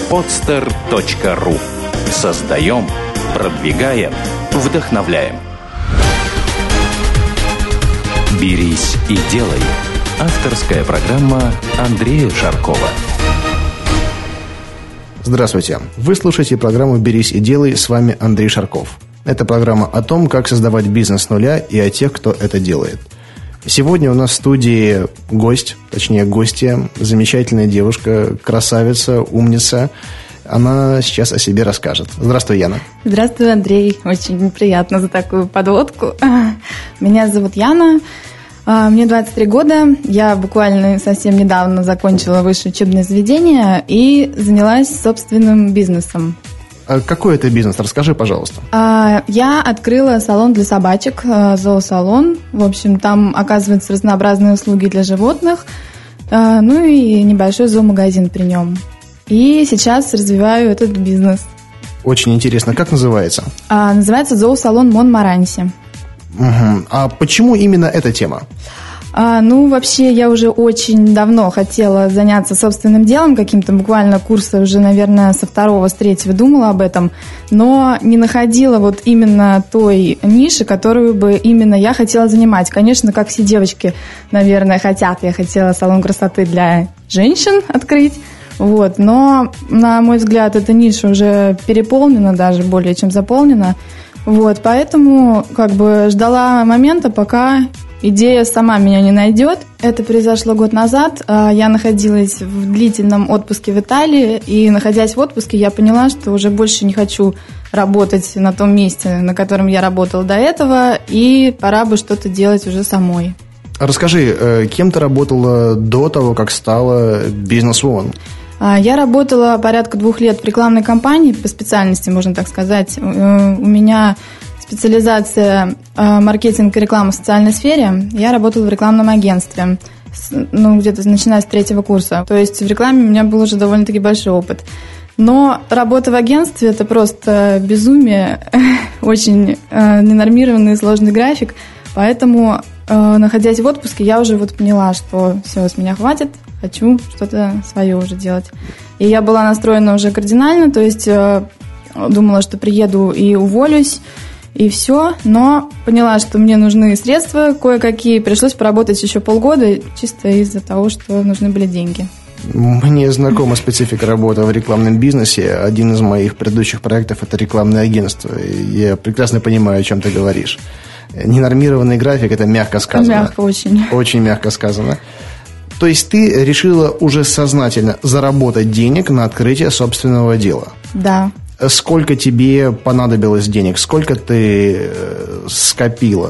podster.ru. Создаем, продвигаем, вдохновляем. «Берись и делай» – авторская программа Андрея Шаркова. Здравствуйте. Вы слушаете программу «Берись и делай», с вами Андрей Шарков. Это программа о том, как создавать бизнес с нуля и о тех, кто это делает. Сегодня у нас в студии гость, точнее гостья, замечательная девушка, красавица, умница. Она сейчас о себе расскажет. Здравствуй, Яна. Здравствуй, Андрей. Очень приятно за такую подводку. Меня зовут Яна. Мне 23 года. Я буквально совсем недавно закончила высшее учебное заведение и занялась собственным бизнесом. А какой это бизнес? Расскажи, пожалуйста. Я открыла салон для собачек, зоосалон. В общем, там оказываются разнообразные услуги для животных, ну и небольшой зоомагазин при нем. И сейчас развиваю этот бизнес. Очень интересно. Как называется? Называется зоосалон Монмаранси. Угу. А почему именно эта тема? Вообще, я уже очень давно хотела заняться собственным делом каким-то, буквально курса уже, наверное, со 2-го, с 3-го думала об этом, но не находила вот именно той ниши, которую бы именно я хотела занимать. Конечно, как все девочки, наверное, хотят. Я хотела салон красоты для женщин открыть, но, на мой взгляд, эта ниша уже переполнена, даже более чем заполнена. Поэтому ждала момента, пока идея сама меня не найдет. Это произошло год назад. Я находилась в длительном отпуске в Италии, и, находясь в отпуске, я поняла, что уже больше не хочу работать на том месте, на котором я работала до этого, и пора бы что-то делать уже самой. Расскажи, кем ты работала до того, как стала бизнес-вумен? Я работала порядка 2 лет в рекламной кампании по специальности, можно так сказать. У меня специализация маркетинг и реклама в социальной сфере. Я работала в рекламном агентстве, где-то начиная с 3-го курса. То есть в рекламе у меня был уже довольно-таки большой опыт. Но работа в агентстве – это просто безумие, очень ненормированный и сложный график. Поэтому, находясь в отпуске, я уже поняла, что все, с меня хватит, хочу что-то свое уже делать. И я была настроена уже кардинально, то есть думала, что приеду и уволюсь, и все, но поняла, что мне нужны средства кое-какие, пришлось поработать еще полгода, чисто из-за того, что нужны были деньги. Мне знакома специфика работы в рекламном бизнесе. Один из моих предыдущих проектов – это рекламное агентство. Я прекрасно понимаю, о чем ты говоришь. Ненормированный график – это мягко сказано. Мягко очень. Очень мягко сказано. То есть ты решила уже сознательно заработать денег на открытие собственного дела? Да. Сколько тебе понадобилось денег? Сколько ты скопила?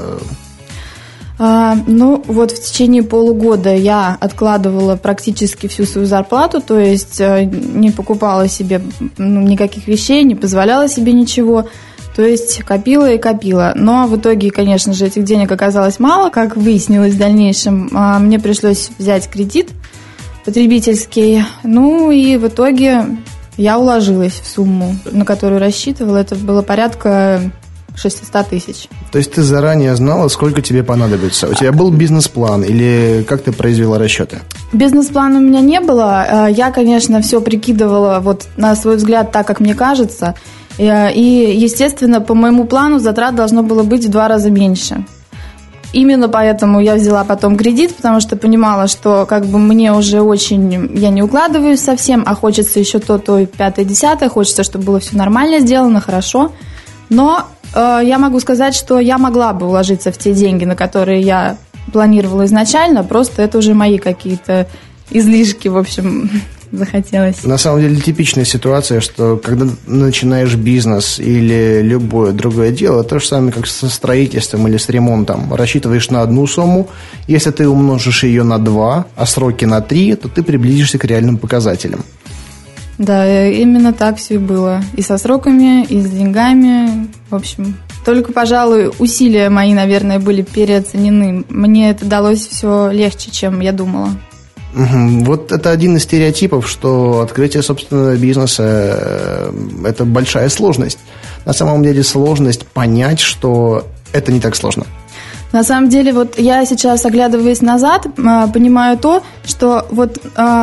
В течение полугода я откладывала практически всю свою зарплату, то есть не покупала себе никаких вещей, не позволяла себе ничего, то есть копила и копила. Но в итоге, конечно же, этих денег оказалось мало, как выяснилось в дальнейшем. Мне пришлось взять кредит потребительский, и в итоге я уложилась в сумму, на которую рассчитывала. Это было порядка 600 тысяч. То есть ты заранее знала, сколько тебе понадобится? У тебя был бизнес-план или как ты произвела расчеты? Бизнес-плана у меня не было. Я, конечно, все прикидывала на свой взгляд так, как мне кажется. И, естественно, по моему плану затрат должно было быть в 2 раза меньше. Именно поэтому я взяла потом кредит, потому что понимала, что мне уже очень... Я не укладываюсь совсем, а хочется еще то, 5-е, 10-е. Хочется, чтобы было все нормально сделано, хорошо. Но я могу сказать, что я могла бы уложиться в те деньги, на которые я планировала изначально. Просто это уже мои какие-то излишки, в общем, захотелось. На самом деле типичная ситуация, что когда начинаешь бизнес или любое другое дело, то же самое, как со строительством или с ремонтом. Рассчитываешь на одну сумму, если ты умножишь ее на 2, а сроки на 3, то ты приблизишься к реальным показателям. Да, именно так все и было. И со сроками, и с деньгами. В общем, только, пожалуй, усилия мои, наверное, были переоценены. Мне это далось все легче, чем я думала. Вот это один из стереотипов, что открытие собственного бизнеса – это большая сложность. На самом деле сложность понять, что это не так сложно. На самом деле, вот я сейчас, оглядываясь назад, понимаю то, что вот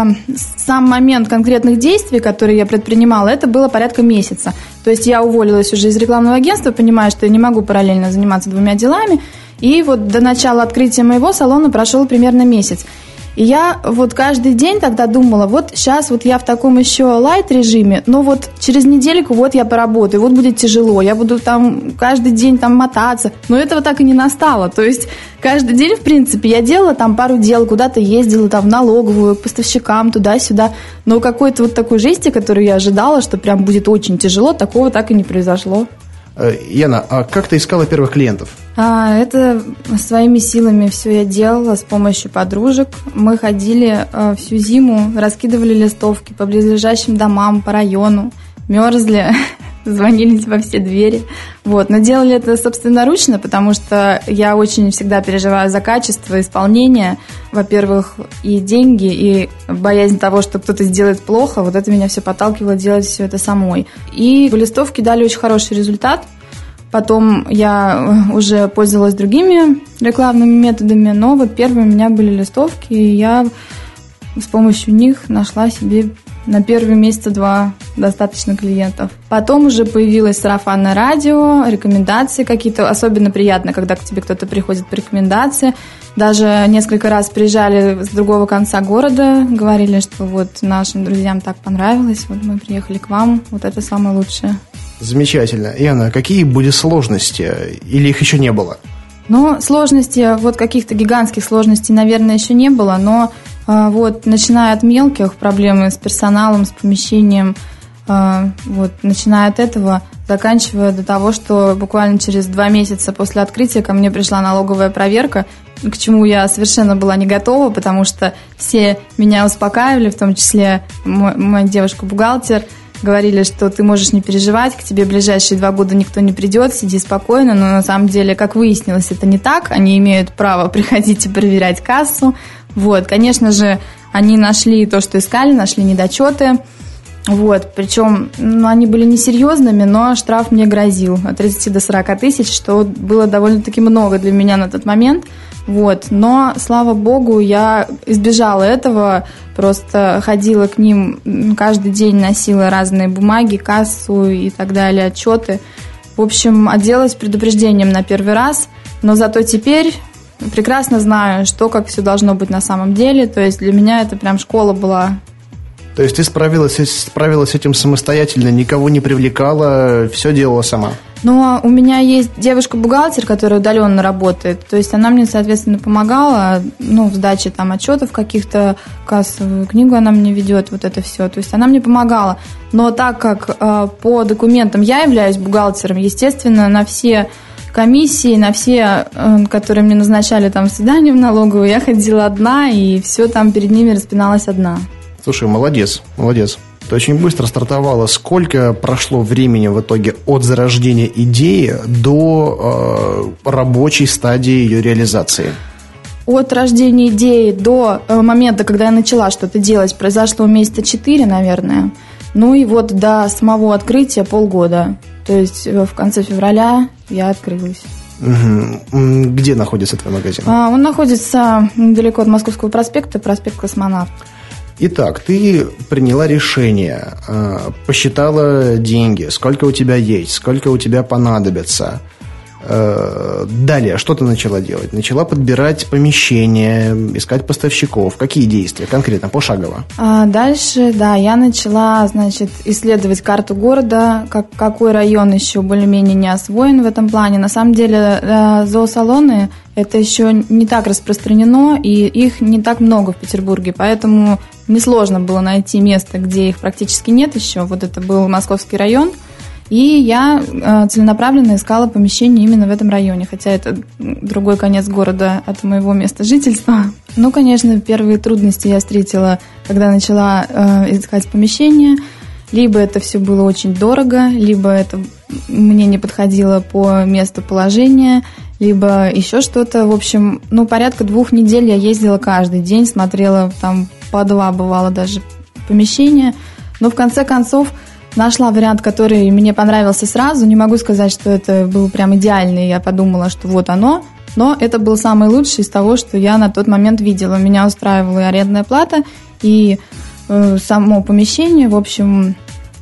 сам момент конкретных действий, которые я предпринимала, это было порядка месяца. То есть я уволилась уже из рекламного агентства, понимая, что я не могу параллельно заниматься двумя делами. И вот до начала открытия моего салона прошел примерно месяц. И я вот каждый день тогда думала, вот сейчас вот я в таком еще лайт-режиме, но вот через недельку вот я поработаю, вот будет тяжело, я буду там каждый день там мотаться. Но этого так и не настало. То есть каждый день, в принципе, я делала там пару дел, куда-то ездила там в налоговую, к поставщикам, туда-сюда. Но какой-то вот такой жести, которую я ожидала, что прям будет очень тяжело, такого так и не произошло. Яна, а как ты искала первых клиентов? Это своими силами все я делала с помощью подружек. Мы ходили всю зиму, раскидывали листовки по близлежащим домам, по району, мерзли, звонились во все двери. Вот. Но делали это собственноручно, потому что я очень всегда переживаю за качество исполнения. Во-первых, и деньги, и боязнь того, что кто-то сделает плохо. Вот это меня все подталкивало делать все это самой. И листовки дали очень хороший результат. Потом я уже пользовалась другими рекламными методами, но вот первые у меня были листовки, и я с помощью них нашла себе на первые месяца 2 достаточно клиентов. Потом уже появилось сарафанное радио, рекомендации какие-то. Особенно приятно, когда к тебе кто-то приходит по рекомендации. Даже несколько раз приезжали с другого конца города, говорили, что вот нашим друзьям так понравилось, вот мы приехали к вам, вот это самое лучшее. Замечательно. Яна, какие были сложности? Или их еще не было? Ну, сложности, вот каких-то гигантских сложностей, наверное, еще не было, но вот начиная от мелких, проблемы с персоналом, с помещением, вот, начиная от этого, заканчивая до того, что буквально через 2 месяца после открытия ко мне пришла налоговая проверка, к чему я совершенно была не готова, потому что все меня успокаивали, в том числе моя девушка-бухгалтер, говорили, что ты можешь не переживать, к тебе в ближайшие 2 года никто не придет, сиди спокойно, но на самом деле, как выяснилось, это не так, они имеют право приходить и проверять кассу. Вот, конечно же, они нашли то, что искали, нашли недочеты, вот, причем они были несерьезными, но штраф мне грозил от 30 до 40 тысяч, что было довольно-таки много для меня на тот момент. Вот. Но, слава богу, я избежала этого, просто ходила к ним каждый день, носила разные бумаги, кассу и так далее, отчеты. В общем, отделалась предупреждением на первый раз, но зато теперь прекрасно знаю, что, как все должно быть на самом деле. То есть для меня это прям школа была. То есть ты справилась с этим самостоятельно, никого не привлекала, все делала сама? Но у меня есть девушка-бухгалтер, которая удаленно работает. То есть она мне, соответственно, помогала, в сдаче там отчетов каких-то, кассовую книгу она мне ведет, вот это все. То есть она мне помогала. Но так как по документам я являюсь бухгалтером, естественно, на все комиссии, на все, которые мне назначали там свидание в налоговую, я ходила одна, и все там перед ними распиналась одна. Слушай, молодец. Ты очень быстро стартовала. Сколько прошло времени в итоге от зарождения идеи до рабочей стадии ее реализации? От рождения идеи до момента, когда я начала что-то делать, произошло месяца 4, наверное. Ну и вот до самого открытия полгода. То есть в конце февраля я открылась. Угу. Где находится твой магазин? Он находится недалеко от Московского проспекта, проспект Космонавт. Итак, ты приняла решение, посчитала деньги, сколько у тебя есть, сколько у тебя понадобится. Далее, что ты начала делать? Начала подбирать помещение, искать поставщиков. Какие действия конкретно, пошагово? Дальше, да, я начала, исследовать карту города, какой район еще более-менее не освоен в этом плане. На самом деле, зоосалоны это еще не так распространено, и их не так много в Петербурге, поэтому несложно было найти место, где их практически нет еще. Вот это был Московский район. И я целенаправленно искала помещение именно в этом районе, хотя это другой конец города от моего места жительства. Ну, конечно, первые трудности я встретила, когда начала искать помещение. Либо это все было очень дорого, либо это мне не подходило по месту положения, либо еще что-то. В общем, порядка 2 недель я ездила каждый день, смотрела там по 2, бывало даже, помещения. Но в конце концов нашла вариант, который мне понравился сразу. Не могу сказать, что это был прям идеальный. Я подумала, что вот оно. но это был самый лучший из того, что я на тот момент видела. Меня устраивала и арендная плата, и само помещение. В общем,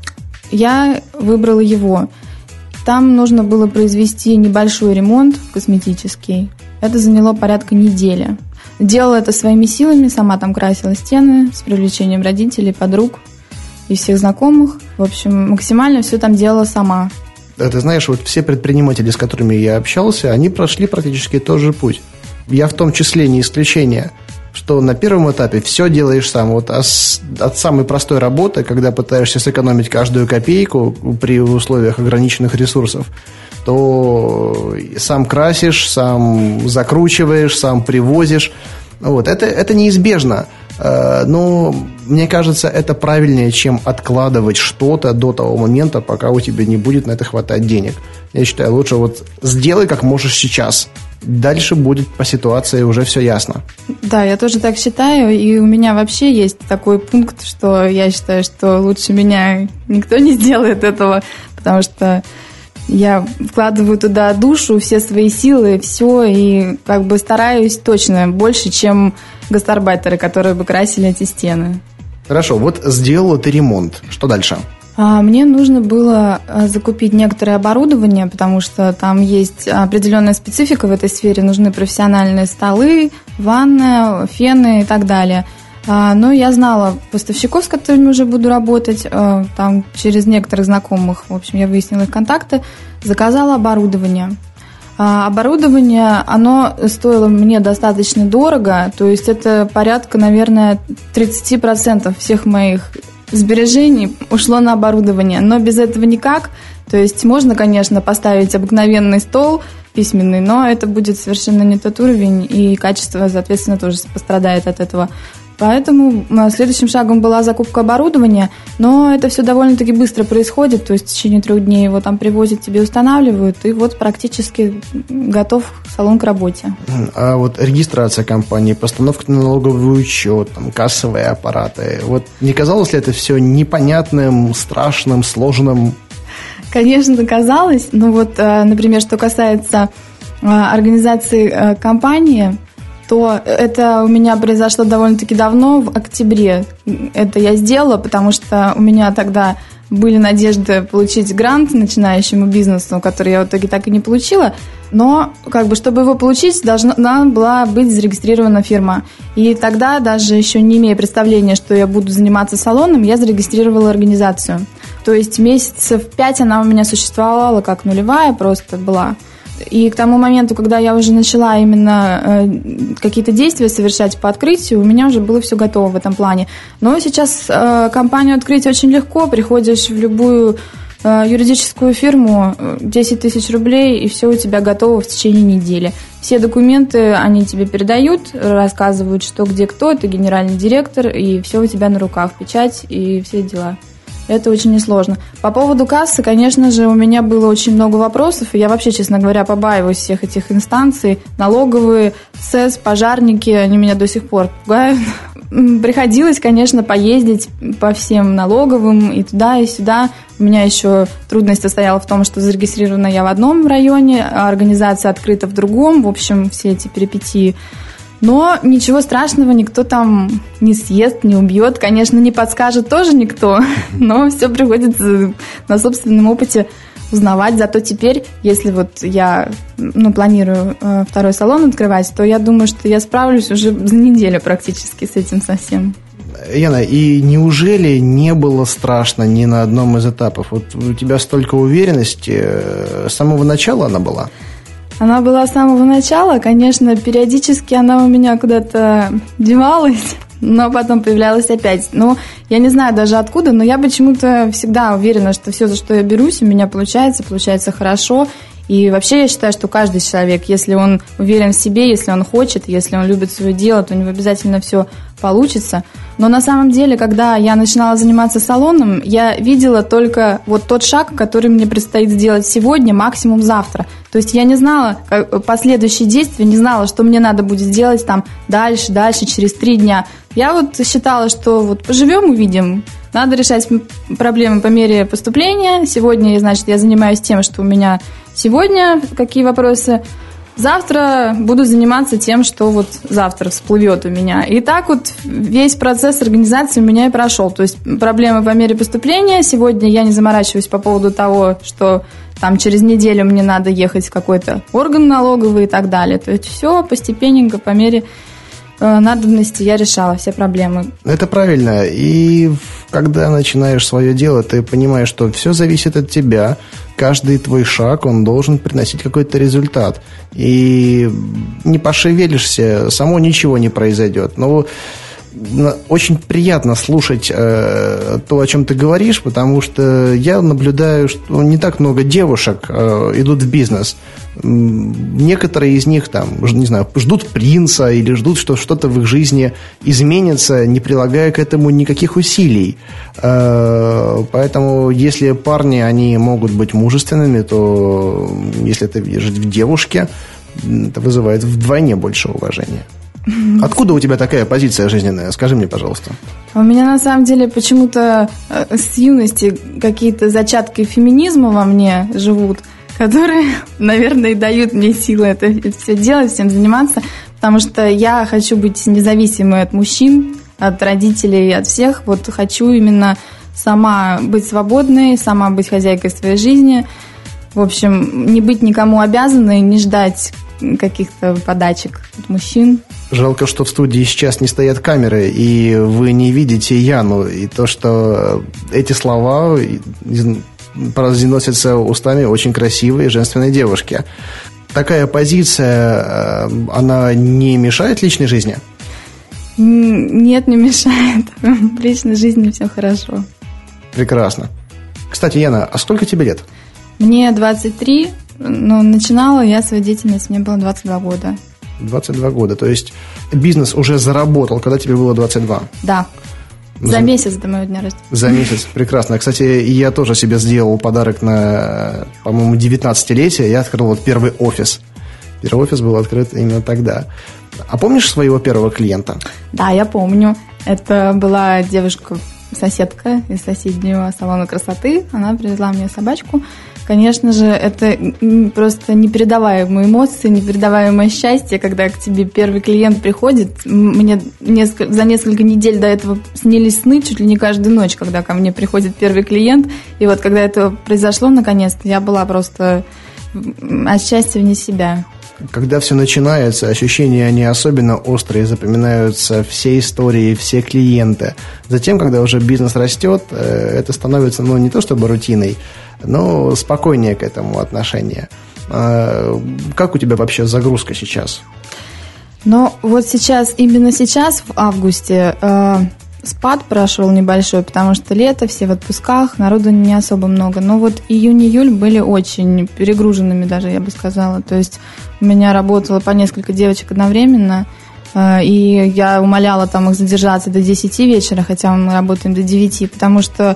я выбрала его. Там нужно было произвести небольшой ремонт косметический. Это заняло порядка недели. Делала это своими силами, сама там красила стены с привлечением родителей, подруг и всех знакомых. В общем, максимально все там делала сама. Ты знаешь, вот все предприниматели, с которыми я общался, они прошли практически тот же путь. Я в том числе не исключение, что на первом этапе все делаешь сам. Вот от самой простой работы, когда пытаешься сэкономить каждую копейку при условиях ограниченных ресурсов, то сам красишь, сам закручиваешь, сам привозишь. Вот. Это неизбежно. Но мне кажется, это правильнее, чем откладывать что-то до того момента, пока у тебя не будет на это хватать денег. Я считаю, лучше вот сделай как можешь сейчас. Дальше будет по ситуации уже все ясно. Да, я тоже так считаю. И у меня вообще есть такой пункт, что я считаю, что лучше меня никто не сделает этого, потому что я вкладываю туда душу, все свои силы, все, и как бы стараюсь точно больше, чем гастарбайтеры, которые бы красили эти стены. Хорошо, вот сделала ты ремонт. Что дальше? Мне нужно было закупить некоторое оборудование, потому что там есть определенная специфика в этой сфере. Нужны профессиональные столы, ванная, фены и так далее. Но я знала поставщиков, с которыми уже буду работать, там через некоторых знакомых. В общем, я выяснила их контакты, заказала оборудование. Оборудование, оно стоило мне достаточно дорого, то есть это порядка, наверное, 30% всех моих сбережений ушло на оборудование, но без этого никак. То есть можно, конечно, поставить обыкновенный стол письменный, но это будет совершенно не тот уровень, и качество, соответственно, тоже пострадает от этого. Поэтому следующим шагом была закупка оборудования, но это все довольно-таки быстро происходит, то есть в течение 3 дней его там привозят, тебе устанавливают, и вот практически готов салон к работе. А вот регистрация компании, постановка на налоговый учет, там, кассовые аппараты, вот не казалось ли это все непонятным, страшным, сложным? Конечно, казалось, но вот, например, что касается организации компании, то это у меня произошло довольно-таки давно, в октябре. Это я сделала, потому что у меня тогда были надежды получить грант начинающему бизнесу, который я в итоге так и не получила. Но, чтобы его получить, должна была быть зарегистрирована фирма. И тогда, даже еще не имея представления, что я буду заниматься салоном, я зарегистрировала организацию. То есть месяцев 5 она у меня существовала как нулевая, просто была. И к тому моменту, когда я уже начала именно какие-то действия совершать по открытию, у меня уже было все готово в этом плане. Но сейчас компанию открыть очень легко. Приходишь в любую юридическую фирму, 10 тысяч рублей, и все у тебя готово в течение недели. Все документы они тебе передают, рассказывают, что, где, кто. Ты генеральный директор, и все у тебя на руках, печать и все дела. Это очень несложно. По поводу кассы, конечно же, у меня было очень много вопросов, и я вообще, честно говоря, побаиваюсь всех этих инстанций. Налоговые, СЭС, пожарники, они меня до сих пор пугают. Приходилось, конечно, поездить по всем налоговым и туда, и сюда. У меня еще трудность состояла в том, что зарегистрирована я в одном районе, а организация открыта в другом. В общем, все эти перипетии. Но ничего страшного, никто там не съест, не убьет. Конечно, не подскажет тоже никто, но все приходится на собственном опыте узнавать. Зато теперь, если вот я планирую второй салон открывать, то я думаю, что я справлюсь уже за неделю практически с этим совсем. Яна, и неужели не было страшно ни на одном из этапов? Вот у тебя столько уверенности, с самого начала она была? Она была с самого начала, конечно, периодически она у меня куда-то девалась, но потом появлялась опять. Но я не знаю даже откуда, но я почему-то всегда уверена, что все, за что я берусь, у меня получается хорошо. И вообще я считаю, что каждый человек, если он уверен в себе, если он хочет, если он любит свое дело, то у него обязательно все получится. Но на самом деле, когда я начинала заниматься салоном, я видела только вот тот шаг, который мне предстоит сделать сегодня, максимум завтра. То есть я не знала последующие действия, не знала, что мне надо будет сделать там дальше, через 3 дня. Я вот считала, что вот поживем, увидим. Надо решать проблемы по мере поступления. Сегодня, значит, я занимаюсь тем, что у меня сегодня, какие вопросы завтра буду заниматься тем, что вот завтра всплывет у меня. И так вот весь процесс организации у меня и прошел. То есть проблемы по мере поступления. Сегодня я не заморачиваюсь по поводу того, что там через неделю мне надо ехать в какой-то орган налоговый и так далее. То есть все постепенненько по мере надобности я решала все проблемы. Это правильно. И когда начинаешь свое дело, ты понимаешь, что все зависит от тебя. Каждый твой шаг, он должен приносить какой-то результат. И не пошевелишься, само ничего не произойдет. Но очень приятно слушать то, о чем ты говоришь, потому что я наблюдаю, что не так много девушек идут в бизнес. Некоторые из них там, не знаю, ждут принца или ждут, что что-то в их жизни изменится, не прилагая к этому никаких усилий. Поэтому, если парни, они могут быть мужественными, то если это жить в девушке, это вызывает вдвойне больше уважения. Откуда у тебя такая позиция жизненная? Скажи мне, пожалуйста. У меня, на самом деле, почему-то с юности какие-то зачатки феминизма во мне живут, которые, наверное, и дают мне силы это все делать, всем заниматься, потому что я хочу быть независимой от мужчин, от родителей, от всех. Вот хочу именно сама быть свободной, сама быть хозяйкой своей жизни. В общем, не быть никому обязанной, не ждать каких-то подачек от мужчин. Жалко, что в студии сейчас не стоят камеры, и вы не видите Яну. И то, что эти слова произносятся устами очень красивой женственной девушки. Такая позиция, она не мешает личной жизни? Нет, не мешает. В личной жизни все хорошо. Прекрасно. Кстати, Яна, а сколько тебе лет? Мне 23, но начинала я свою деятельность, мне было 22 года. 22 года, то есть бизнес уже заработал, когда тебе было 22? Да, за месяц до моего дня рождения. За месяц, прекрасно. Кстати, я тоже себе сделал подарок на, по-моему, 19-летие, я открыл вот первый офис. Первый офис был открыт именно тогда. А помнишь своего первого клиента? Да, я помню. Это была девушка-соседка из соседнего салона красоты. Она привезла мне собачку. Конечно же, это просто непередаваемые эмоции, непередаваемое счастье, когда к тебе первый клиент приходит. Мне за несколько недель до этого снились сны чуть ли не каждую ночь, когда ко мне приходит первый клиент. И вот когда это произошло наконец-то, я была просто от счастья вне себя. Когда все начинается, ощущения, они особенно острые, запоминаются все истории, все клиенты. Затем, когда уже бизнес растет, это становится, не то чтобы рутиной, но спокойнее к этому отношение. Как у тебя вообще загрузка сейчас? Ну, вот сейчас, именно сейчас, в августе, спад прошел небольшой, потому что лето, все в отпусках, народу не особо много. Но вот июнь-июль были очень перегруженными даже, я бы сказала. То есть у меня работало по несколько девочек одновременно, и я умоляла там их задержаться до 10 вечера, хотя мы работаем до 9, потому что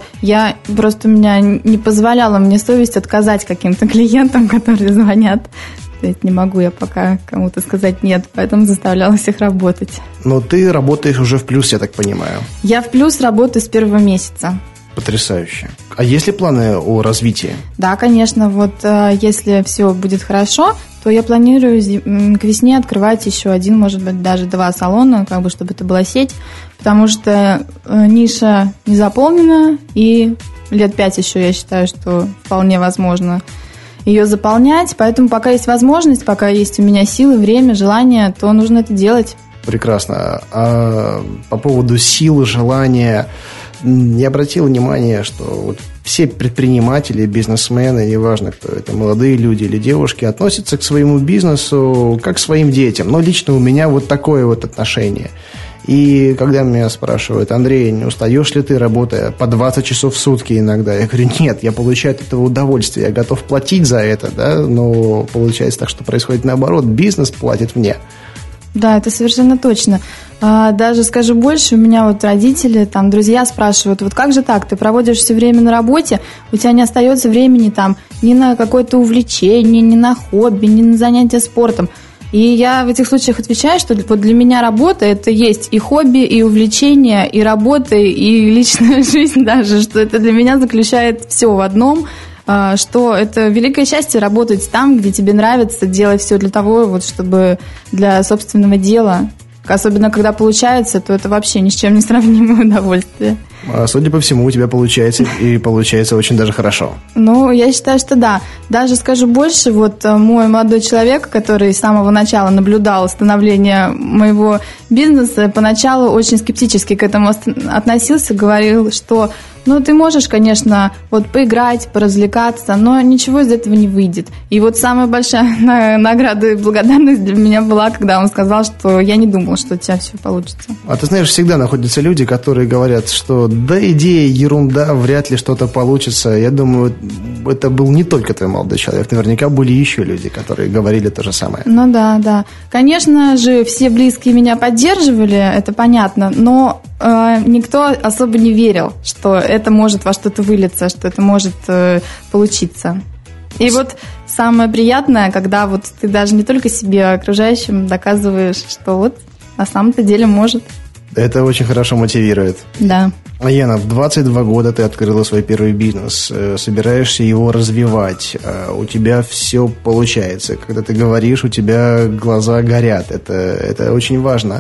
у меня не позволяла мне совесть отказать каким-то клиентам, которые звонят. То есть не могу я пока кому-то сказать нет, поэтому заставляла всех работать. Но ты работаешь уже в плюс, я так понимаю. Я в плюс работаю с первого месяца. Потрясающе. А есть ли планы о развитии? Да, конечно. Вот если все будет хорошо, то я планирую к весне открывать еще один, может быть, даже 2 салона, чтобы это была сеть, потому что ниша не заполнена, и лет 5 еще я считаю, что вполне возможно ее заполнять, поэтому пока есть возможность, пока есть у меня силы, время, желание, то нужно это делать. Прекрасно. А по поводу силы, желания, я обратил внимание, что вот все предприниматели, бизнесмены, неважно, кто это, молодые люди или девушки, относятся к своему бизнесу как к своим детям. Но лично у меня вот такое вот отношение. И когда меня спрашивают: Андрей, не устаешь ли ты, работая по 20 часов в сутки иногда? Я говорю: нет, я получаю от этого удовольствие, я готов платить за это, да, но получается так, что происходит наоборот, бизнес платит мне. Да, это совершенно точно. Даже скажу больше, у меня вот родители, там, друзья спрашивают: вот как же так, ты проводишь все время на работе, у тебя не остается времени там ни на какое-то увлечение, ни на хобби, ни на занятия спортом. И я в этих случаях отвечаю, что вот для меня работа – это есть и хобби, и увлечение, и работа, и личная жизнь даже, что это для меня заключает все в одном. что это великое счастье работать там, где тебе нравится, делать все для того, вот, чтобы для собственного дела. Особенно, когда получается, то это вообще ни с чем не сравнимое удовольствие. Судя по всему, у тебя получается, и получается очень даже хорошо. Ну, я считаю, что да. Даже скажу больше, вот мой молодой человек, который с самого начала наблюдал становление моего бизнеса, поначалу очень скептически к этому относился, говорил, что ты можешь, конечно, вот поиграть, поразвлекаться, но ничего из этого не выйдет. И вот самая большая награда и благодарность для меня была, когда он сказал, что я не думал, что у тебя все получится. А ты знаешь, всегда находятся люди, которые говорят, что да, идея ерунда, вряд ли что-то получится. Я думаю, это был не только твой молодой человек, наверняка были еще люди, которые говорили то же самое. Ну да. Конечно же, все близкие меня поддерживали, это понятно, но никто особо не верил, что это может во что-то вылиться, что это может получиться. И вот самое приятное, когда вот ты даже не только себе, а окружающим доказываешь, что вот на самом-то деле может. Это очень хорошо мотивирует. Да. Яна, в 22 года ты открыла свой первый бизнес, собираешься его развивать, у тебя все получается. Когда ты говоришь, у тебя глаза горят, это очень важно.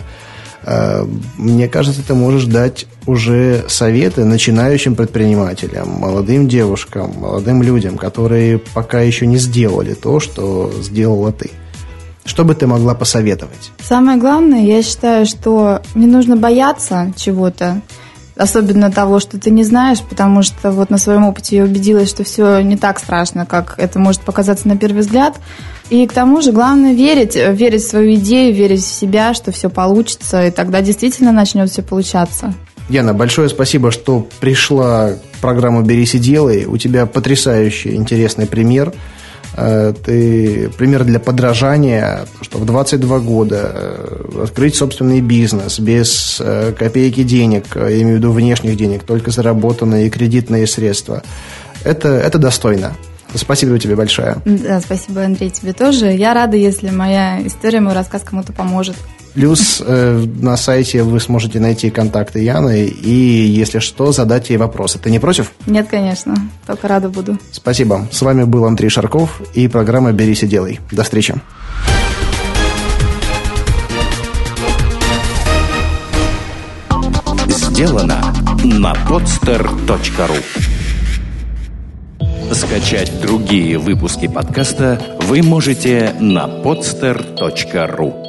Мне кажется, ты можешь дать уже советы начинающим предпринимателям, молодым девушкам, молодым людям, которые пока еще не сделали то, что сделала ты. Что бы ты могла посоветовать? Самое главное, я считаю, что не нужно бояться чего-то, особенно того, что ты не знаешь, потому что вот на своем опыте я убедилась, что все не так страшно, как это может показаться на первый взгляд. И к тому же главное верить в свою идею, верить в себя, что все получится, и тогда действительно начнет все получаться. Яна, большое спасибо, что пришла в программу «Берись и делай». У тебя потрясающий, интересный пример. Ты пример для подражания, что в 22 года открыть собственный бизнес без копейки денег, я имею в виду внешних денег, только заработанные кредитные средства, это достойно. Спасибо тебе большое. Да, спасибо, Андрей, тебе тоже. Я рада, если моя история, мой рассказ кому-то поможет. Плюс на сайте вы сможете найти контакты Яны и, если что, задать ей вопросы. Ты не против? Нет, конечно. Только рада буду. Спасибо. С вами был Андрей Шарков и программа «Берись и делай». До встречи. Сделано на podster.ru. Скачать другие выпуски подкаста вы можете на podster.ru.